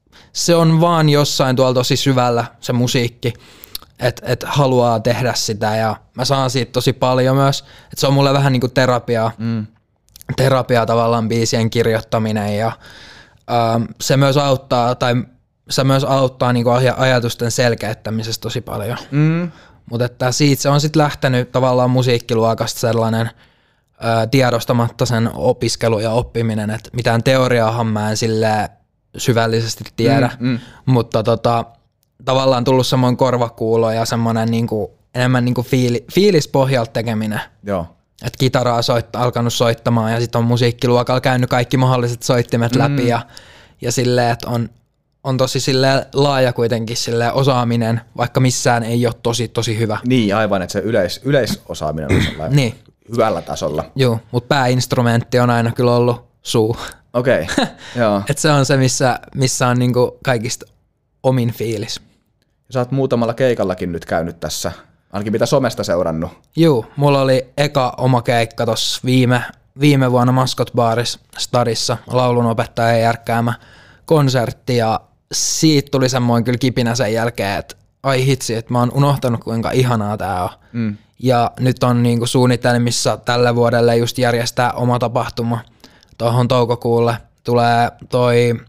se on vaan jossain tuolla tosi syvällä se musiikki, että et haluaa tehdä sitä ja mä saan siitä tosi paljon myös. Että se on mulle vähän niin kuin terapiaa, mm. terapiaa tavallaan biisien kirjoittaminen ja ähm, se myös auttaa, tai se myös auttaa niin kuin ajatusten selkeyttämisessä tosi paljon. Mm. Mutta että siitä se on sitten lähtenyt tavallaan musiikkiluokasta sellainen ö, tiedostamatta sen opiskelu ja oppiminen, että mitään teoriaahan mä en silleen syvällisesti tiedä, mm, mm. mutta tota, tavallaan tullut semmoinen korvakuulo ja semmoinen niinku, enemmän niinku fiili, fiilispohjalta tekeminen. Joo. Että kitaraa soittaa, alkanut soittamaan ja sitten on musiikkiluokalla käynyt kaikki mahdolliset soittimet mm. läpi ja, ja silleen, että on on tosi silleen laaja kuitenkin silleen osaaminen, vaikka missään ei ole tosi tosi hyvä. Niin, aivan, että se yleis, yleisosaaminen on sellainen niin. hyvällä tasolla. Joo, mutta pääinstrumentti on aina kyllä ollut suu. Okei, okay. joo. Et se on se, missä, missä on niinku kaikista omin fiilis. Ja sä oot muutamalla keikallakin nyt käynyt tässä, ainakin mitä somesta seurannut. Joo, mulla oli eka oma keikka tossa viime, viime vuonna Maskot Baaris Stadissa, laulunopettajan järkkäämä konsertti ja siitä tuli semmoinen kyllä kipinä sen jälkeen, että ai hitsi, että mä oon unohtanut kuinka ihanaa tää on. Mm. Ja nyt on niinku suunnitelmissa tälle vuodelle just järjestää oma tapahtuma. Tuohon toukokuulle tulee toi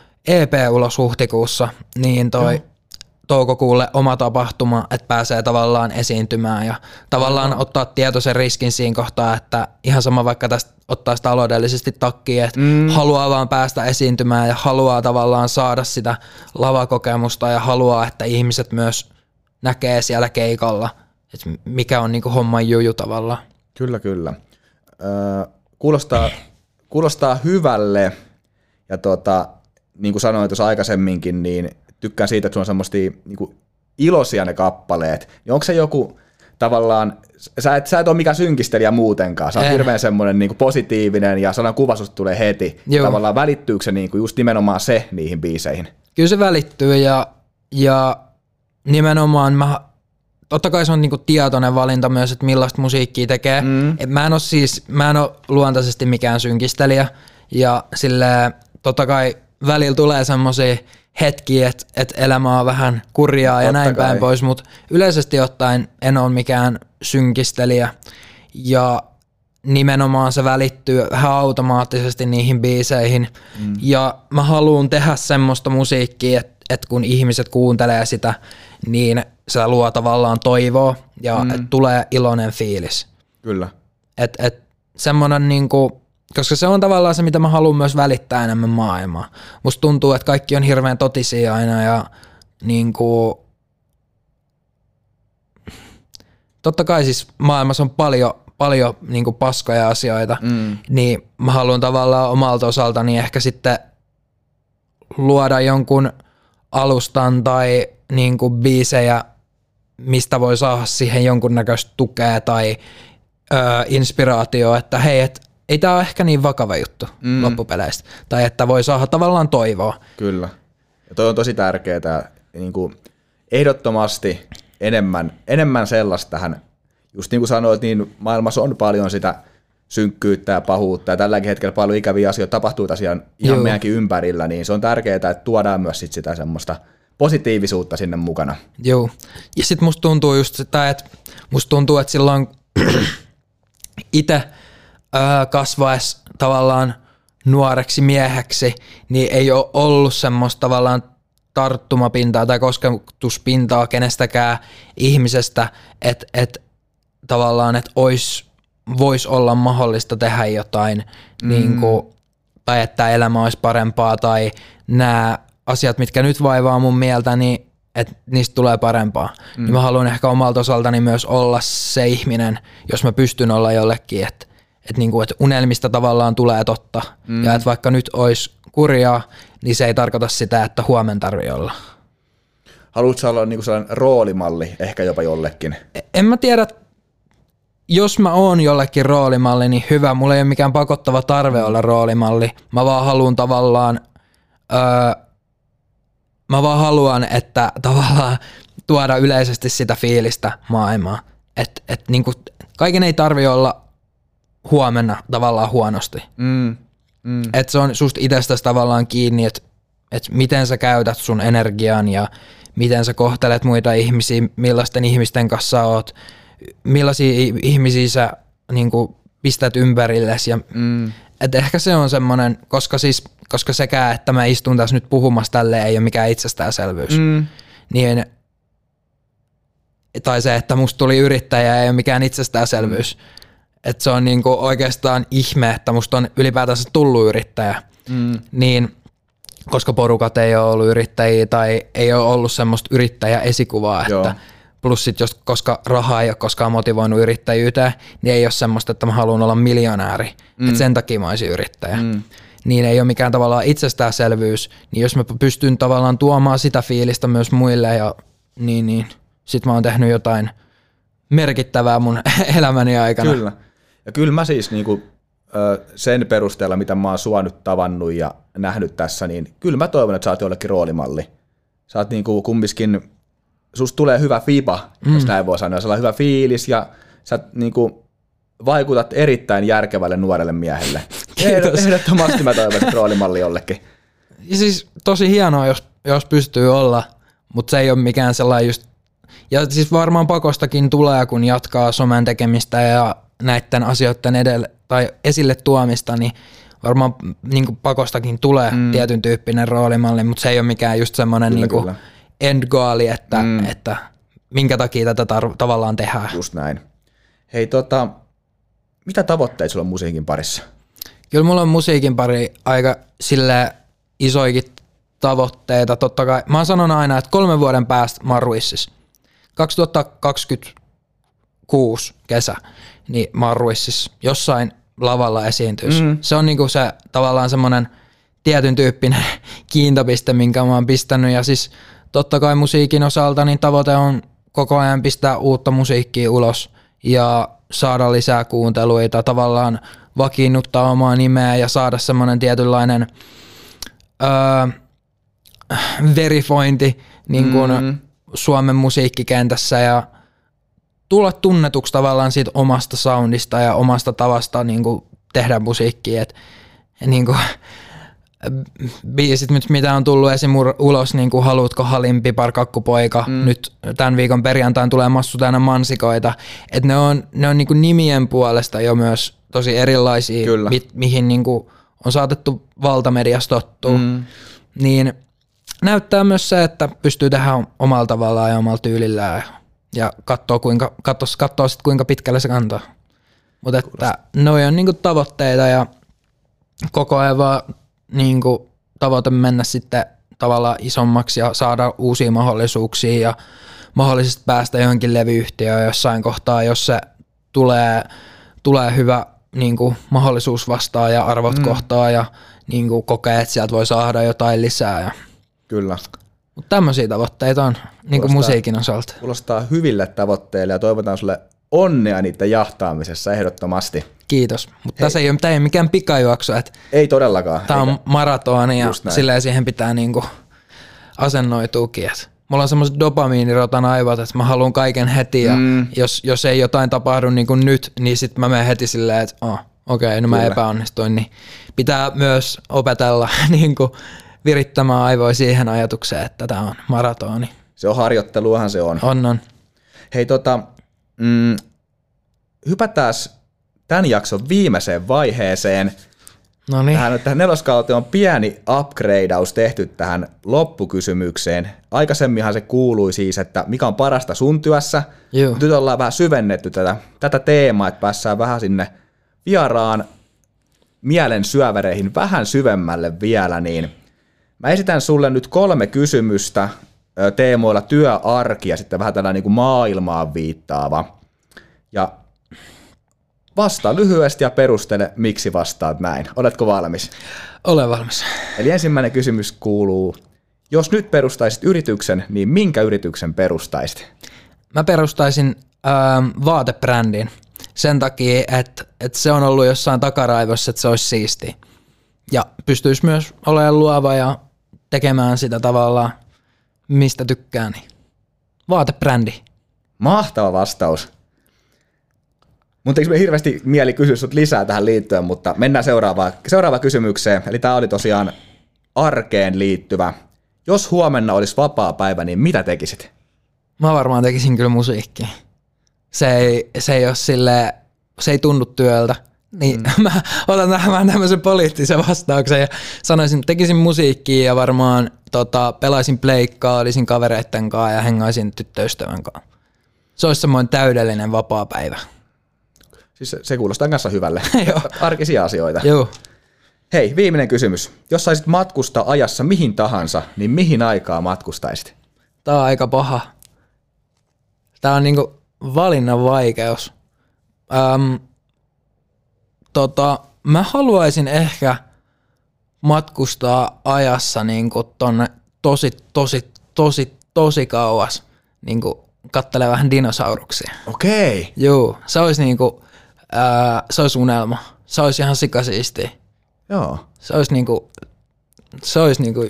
E P ulos huhtikuussa, niin toi Joo. toukokuulle oma tapahtuma, että pääsee tavallaan esiintymään ja tavallaan Joo. ottaa tietoisen riskin siinä kohtaa, että ihan sama vaikka tästä ottaa taloudellisesti takkiin, että mm. haluaa vaan päästä esiintymään ja haluaa tavallaan saada sitä lavakokemusta ja haluaa, että ihmiset myös näkee siellä keikalla, että mikä on niinku homman juju tavallaan. Kyllä, kyllä. Öö, kuulostaa, kuulostaa hyvälle ja tota, niin kuin sanoin tuossa aikaisemminkin, niin tykkään siitä, että sulla on semmoista niin iloisia ne kappaleet. Niin onko se joku tavallaan, sä et, sä et ole mikään synkistelijä muutenkaan, sä oot hirveän semmoinen niin positiivinen ja sanan kuva susta tulee heti. Joo. Tavallaan välittyykö se niin kuin just nimenomaan se niihin biiseihin? Kyllä se välittyy ja, ja nimenomaan mä, totta kai se on niin kuin tietoinen valinta myös, että millaista musiikkia tekee. Mm. Et mä en ole siis, mä en ole luontaisesti mikään synkistelijä ja silleen totta kai välillä tulee semmosia hetki, että et elämä on vähän kurjaa ja Totta näin kai. päin pois, mutta yleisesti ottaen en ole mikään synkistelijä ja nimenomaan se välittyy vähän automaattisesti niihin biiseihin mm. ja mä haluan tehdä semmoista musiikkia, että et kun ihmiset kuuntelee sitä, niin se luo tavallaan toivoa ja mm. et tulee iloinen fiilis. Kyllä. Et, et semmoinen niinku koska se on tavallaan se, mitä mä haluan myös välittää enemmän maailmaa. Musta tuntuu, että kaikki on hirveän totisia aina ja niinku, totta kai siis maailmassa on paljon, paljon niinku paskoja asioita, mm. niin mä haluan tavallaan omalta osaltani ehkä sitten luoda jonkun alustan tai niinku biisejä, mistä voi saada siihen jonkunnäköistä tukea tai ö, inspiraatioa, että hei, et ei tää ole ehkä niin vakava juttu mm. loppupeleistä. Tai että voi saada tavallaan toivoa. Kyllä. Ja toi on tosi tärkeää. Niin kuin ehdottomasti enemmän, enemmän sellaista tähän. Just niin kuin sanoit, niin maailmassa on paljon sitä synkkyyttä ja pahuutta ja tälläkin hetkellä paljon ikäviä asioita tapahtuu tosiaan ihan Joo. meidänkin ympärillä, niin se on tärkeää, että tuodaan myös sit sitä semmoista positiivisuutta sinne mukana. Joo, ja sitten musta tuntuu just sitä, että musta tuntuu, että silloin itse kasvaessa tavallaan nuoreksi mieheksi, niin ei ole ollut semmoista tavallaan tarttumapintaa tai kosketuspintaa kenestäkään ihmisestä, että et, tavallaan, että ois, vois olla mahdollista tehdä jotain, mm. niin kuin, tai että elämä olisi parempaa, tai nämä asiat, mitkä nyt vaivaa mun mieltä, niin että niistä tulee parempaa. Mm. Niin mä haluan ehkä omalta osaltani myös olla se ihminen, jos mä pystyn olla jollekin, että et niinku, et unelmista tavallaan tulee totta. Mm. Ja että vaikka nyt olisi kurjaa, niin se ei tarkoita sitä, että huomen tarvii olla. Haluatko olla niinku sellainen roolimalli ehkä jopa jollekin? En mä tiedä, jos mä oon jollekin roolimalli, niin hyvä. Mulla ei ole mikään pakottava tarve olla roolimalli. Mä vaan haluan tavallaan... Öö, Mä vaan haluan, että tavallaan tuoda yleisesti sitä fiilistä maailmaan. Että et niinku, kaiken ei tarvi olla huomenna tavallaan huonosti. Mm, mm. Että se on susta itsestäsi tavallaan kiinni, että et miten sä käytät sun energian ja miten sä kohtelet muita ihmisiä, millaisten ihmisten kanssa oot, millaisia ihmisiä sä niinku, pistät ympärillesi. Ja, mm. et ehkä se on semmoinen, koska siis koska sekään, että mä istun tässä nyt puhumassa tälleen, ei ole mikään itsestäänselvyys. Mm. Niin, tai se, että musta tuli yrittäjä, ei ole mikään itsestäänselvyys. Mm. Että se on niinku oikeastaan ihme, että musta on ylipäätänsä tullut yrittäjä. Mm. Niin, koska porukat ei ole ollut yrittäjiä tai ei ole ollut semmoista yrittäjäesikuvaa. Että plus sit, jos, koska raha ei ole koskaan motivoinut yrittäjyyteen, niin ei ole semmoista, että mä haluan olla miljonääri. Mm. Että sen takia mä olisin yrittäjä. Mm. Niin ei ole mikään tavallaan itsestäänselvyys, niin jos mä pystyn tavallaan tuomaan sitä fiilistä myös muille, ja, niin, niin sit mä oon tehnyt jotain merkittävää mun elämäni aikana. Kyllä. Ja kyllä mä siis niinku, sen perusteella, mitä mä oon sua nyt tavannut ja nähnyt tässä, niin kyllä mä toivon, että sä oot jollekin roolimalli. Sä oot niinku kumminkin, susta tulee hyvä fiba, mm. jos näin voi sanoa, sellainen hyvä fiilis, ja sä niinku vaikutat erittäin järkevälle nuorelle miehelle. Kiitos. Ehdottomasti mä toivon, että roolimalli jollekin. Ja siis tosi hienoa, jos, jos pystyy olla, mutta se ei ole mikään sellainen just... Ja siis varmaan pakostakin tulee, kun jatkaa somen tekemistä ja näiden asioiden edelle, tai esille tuomista, niin varmaan niin pakostakin tulee mm. tietyn tyyppinen roolimalli, mutta se ei ole mikään just semmoinen niin end goali, että, mm. että minkä takia tätä tar- tavallaan tehdään. Just näin. Hei tota, mitä tavoitteita sulla on musiikin parissa? Kyllä mulla on musiikin pari aika silleen isoikin tavoitteita. Totta kai, mä sanon aina, että kolmen vuoden päästä mä oon Ruississa. kaksituhattakaksikymmentäkuusi kesä, niin mä oon Ruississa jossain lavalla esiintyisi. Mm. Se on niinku se tavallaan semmoinen tietyn tyyppinen kiintopiste, minkä mä oon pistänyt. Ja siis totta kai musiikin osalta niin tavoite on koko ajan pistää uutta musiikkia ulos ja saada lisää kuunteluita, tavallaan vakiinnuttaa omaa nimeä ja saada semmoinen tietynlainen öö, verifointi niin kuin mm. Suomen musiikkikentässä ja tulla tunnetuksi tavallaan siitä omasta soundista ja omasta tavasta niin kuin tehdä musiikkia. Et, niin kuin, biisit, mitä on tullut esim. Ulos, niin kuin Haluutko halin, Pipar, Kakkupoika, mm. nyt tämän viikon perjantain tulee Massu täynnä mansikoita, että ne on, ne on niin kuin nimien puolesta jo myös tosi erilaisia, mi- mihin niin kuin on saatettu valtamediassa tottua, mm. niin näyttää myös se, että pystyy tehdä omalla tavallaan ja omalla tyylillään ja katsoo, kuinka, katsoo, katsoo sit, kuinka pitkälle se kantaa. Mutta että noi on niin kuin tavoitteita ja koko ajan vaan niin kuin tavoite mennä sitten tavallaan isommaksi ja saada uusia mahdollisuuksia ja mahdollisesti päästä johonkin levyyhtiöön jossain kohtaa, jos se tulee, tulee hyvä niin kuin mahdollisuus vastaan ja arvot mm. kohtaa ja niin kuin kokee, että sieltä voi saada jotain lisää. Ja... Kyllä. Mutta tämmöisiä tavoitteita on niin kuin musiikin osalta. Kuulostaa hyville tavoitteille ja toivotaan sulle onnea niiden jahtaamisessa ehdottomasti. Mukiitos. Mutta tässä ei ole, ei ole mikään pikajuoksu. Että ei todellakaan. Tämä on maratoni ja silleen siihen pitää niinku asennoituukin. Mulla on semmoiset dopamiinirotan aivot, että mä haluan kaiken heti ja mm. jos, jos ei jotain tapahdu niin kuin nyt, niin sit mä menen heti silleen, että oh, okei, okay, no mä Kyllä. epäonnistuin, niin pitää myös opetella niin kuin virittämään aivoja siihen ajatukseen, että tämä on maratoni. Se on harjoitteluahan se on. On, on. Hei tota, mm, hypätään tämän jakson viimeiseen vaiheeseen. No niin. Tähän, tähän neloskauteen on pieni upgradeaus tehty tähän loppukysymykseen. Aikaisemminhan se kuului siis, että mikä on parasta sun työssä. Juu. Nyt ollaan vähän syvennetty tätä, tätä teemaa, että päässään vähän sinne vieraan mielen syövereihin vähän syvemmälle vielä. Niin mä esitän sulle nyt kolme kysymystä teemoilla työarki ja sitten vähän tällainen niin kuin maailmaan viittaava. Ja vastaa lyhyesti ja perustele, miksi vastaat näin. Oletko valmis? Olen valmis. Eli ensimmäinen kysymys kuuluu, jos nyt perustaisit yrityksen, niin minkä yrityksen perustaisit? Mä perustaisin ähm, vaatebrändin sen takia, että, että se on ollut jossain takaraivossa, että se olisi siistiä. Ja pystyisi myös olemaan luova ja tekemään sitä tavallaan, mistä tykkää. Niin. Vaatebrändi. Mahtava vastaus. Mun tekisi hirveästi mieli kysyä sut lisää tähän liittyen, mutta mennään seuraavaan, seuraavaan kysymykseen. Eli tää oli tosiaan arkeen liittyvä. Jos huomenna olisi vapaa päivä, niin mitä tekisit? Mä varmaan tekisin kyllä musiikkia. Se ei, se ei ole silleen, se ei tunnu työltä. Niin mm. mä otan tähän tämmöisen poliittisen vastauksen ja sanoisin, että tekisin musiikkia ja varmaan tota, pelaisin pleikkaa, olisin kavereitten kanssa ja hengaisin tyttöystävän kanssa. Se olisi semmoinen täydellinen vapaa päivä. Siis se, se kuulostaa kanssa hyvälle. Joo. Arkisia asioita. Joo. Hei, viimeinen kysymys. Jos saisit matkustaa ajassa mihin tahansa, niin mihin aikaa matkustaisit? Tää on aika paha. Tää on niinku valinnan vaikeus. Öm, tota, mä haluaisin ehkä matkustaa ajassa niinku tonne tosi, tosi, tosi, tosi kauas. Niinku kattelee vähän dinosauruksia. Okei. Joo, se olisi niinku, ää, se olisi unelma. Se olisi ihan sikasiistiä. Joo. Se olisi niinku, se olisi niinku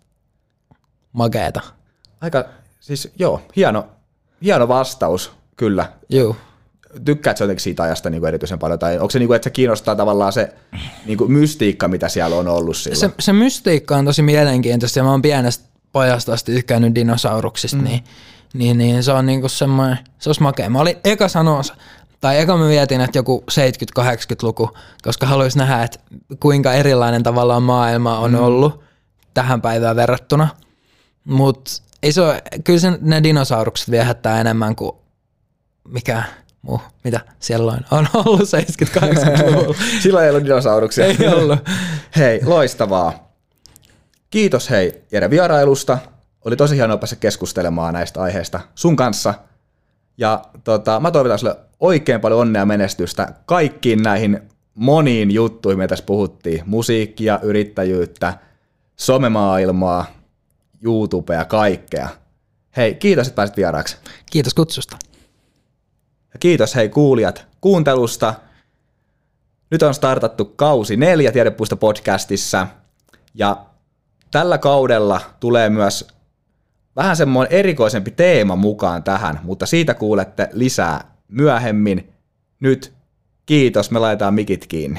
makeeta. Aika, siis joo, hieno, hieno vastaus, kyllä. Joo. Tykkäätkö jotenkin siitä ajasta niin kuin erityisen paljon, tai onko se niin kuin, että se kiinnostaa tavallaan se niin kuin mystiikka, mitä siellä on ollut silloin? Se, se mystiikka on tosi mielenkiintoista, ja mä oon pienestä pojasta asti tykkännyt dinosauruksista, mm. niin, niin, niin se on niinku semmoinen, se olisi makea. Mä olin eka sanossa, tai eka mä mietin, että joku seitsemänkymmentä-kahdeksankymmentäluku, koska haluaisin nähdä, että kuinka erilainen tavallaan maailma on mm. ollut tähän päivään verrattuna. Mutta ei se ole, kyllä se, ne dinosaurukset viehättää enemmän kuin mikä muu, mitä siellä on, on ollut seitsemänkymmentä-kahdeksankymmentäluvulla. Silloin ei ollut dinosauruksia. Ei ollut. Hei, loistavaa. Kiitos hei Jere vierailusta. Oli tosi hienoa päästä keskustelemaan näistä aiheista sun kanssa. Ja tota, mä toivotan sulle oikein paljon onnea ja menestystä kaikkiin näihin moniin juttuihin, mitä tässä puhuttiin. Musiikkia, yrittäjyyttä, somemaailmaa, YouTubea, kaikkea. Hei, kiitos, että pääsit vieraaksi. Kiitos kutsusta. Ja kiitos hei kuulijat kuuntelusta. Nyt on startattu kausi neljä Tiedepuisto-podcastissa. Ja tällä kaudella tulee myös vähän semmoinen erikoisempi teema mukaan tähän, mutta siitä kuulette lisää myöhemmin. Nyt kiitos, me laitetaan mikit kiinni.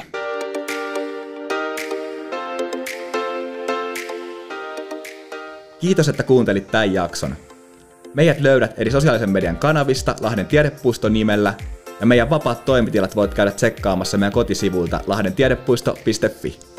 Kiitos, että kuuntelit tämän jakson. Meidät löydät eri sosiaalisen median kanavista Lahden Tiedepuiston nimellä, ja meidän vapaat toimitilat voit käydä tsekkaamassa meidän kotisivuilta lahdentiedepuisto piste fi.